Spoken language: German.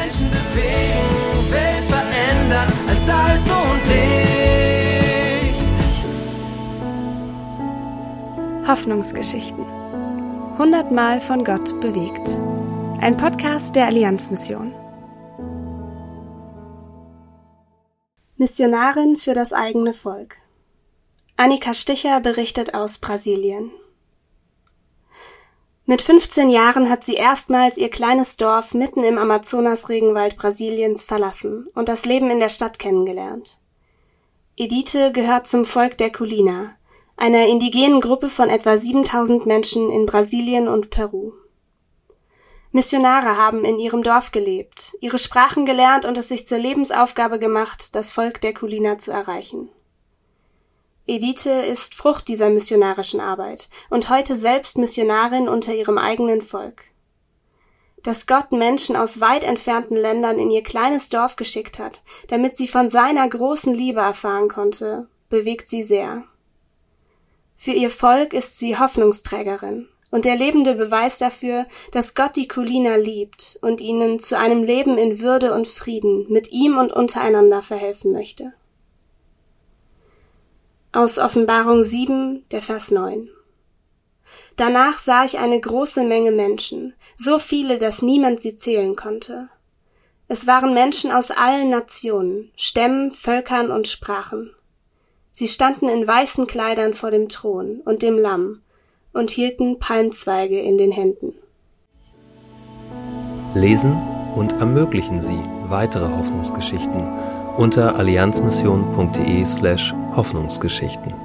Menschen bewegen, Welt verändern als Salz und Licht. Hoffnungsgeschichten. 100-mal von Gott bewegt. Ein Podcast der Allianzmission. Missionarin für das eigene Volk. Annika Sticher berichtet aus Brasilien. Mit 15 Jahren hat sie erstmals ihr kleines Dorf mitten im Amazonas-Regenwald Brasiliens verlassen und das Leben in der Stadt kennengelernt. Edith gehört zum Volk der Kulina, einer indigenen Gruppe von etwa 7000 Menschen in Brasilien und Peru. Missionare haben in ihrem Dorf gelebt, ihre Sprachen gelernt und es sich zur Lebensaufgabe gemacht, das Volk der Kulina zu erreichen. Edith ist Frucht dieser missionarischen Arbeit und heute selbst Missionarin unter ihrem eigenen Volk. Dass Gott Menschen aus weit entfernten Ländern in ihr kleines Dorf geschickt hat, damit sie von seiner großen Liebe erfahren konnte, bewegt sie sehr. Für ihr Volk ist sie Hoffnungsträgerin und der lebende Beweis dafür, dass Gott die Kulina liebt und ihnen zu einem Leben in Würde und Frieden mit ihm und untereinander verhelfen möchte. Aus Offenbarung 7, der Vers 9. Danach sah ich eine große Menge Menschen, so viele, dass niemand sie zählen konnte. Es waren Menschen aus allen Nationen, Stämmen, Völkern und Sprachen. Sie standen in weißen Kleidern vor dem Thron und dem Lamm und hielten Palmzweige in den Händen. Lesen und ermöglichen Sie weitere Hoffnungsgeschichten unter allianzmission.de/Hoffnungsgeschichten.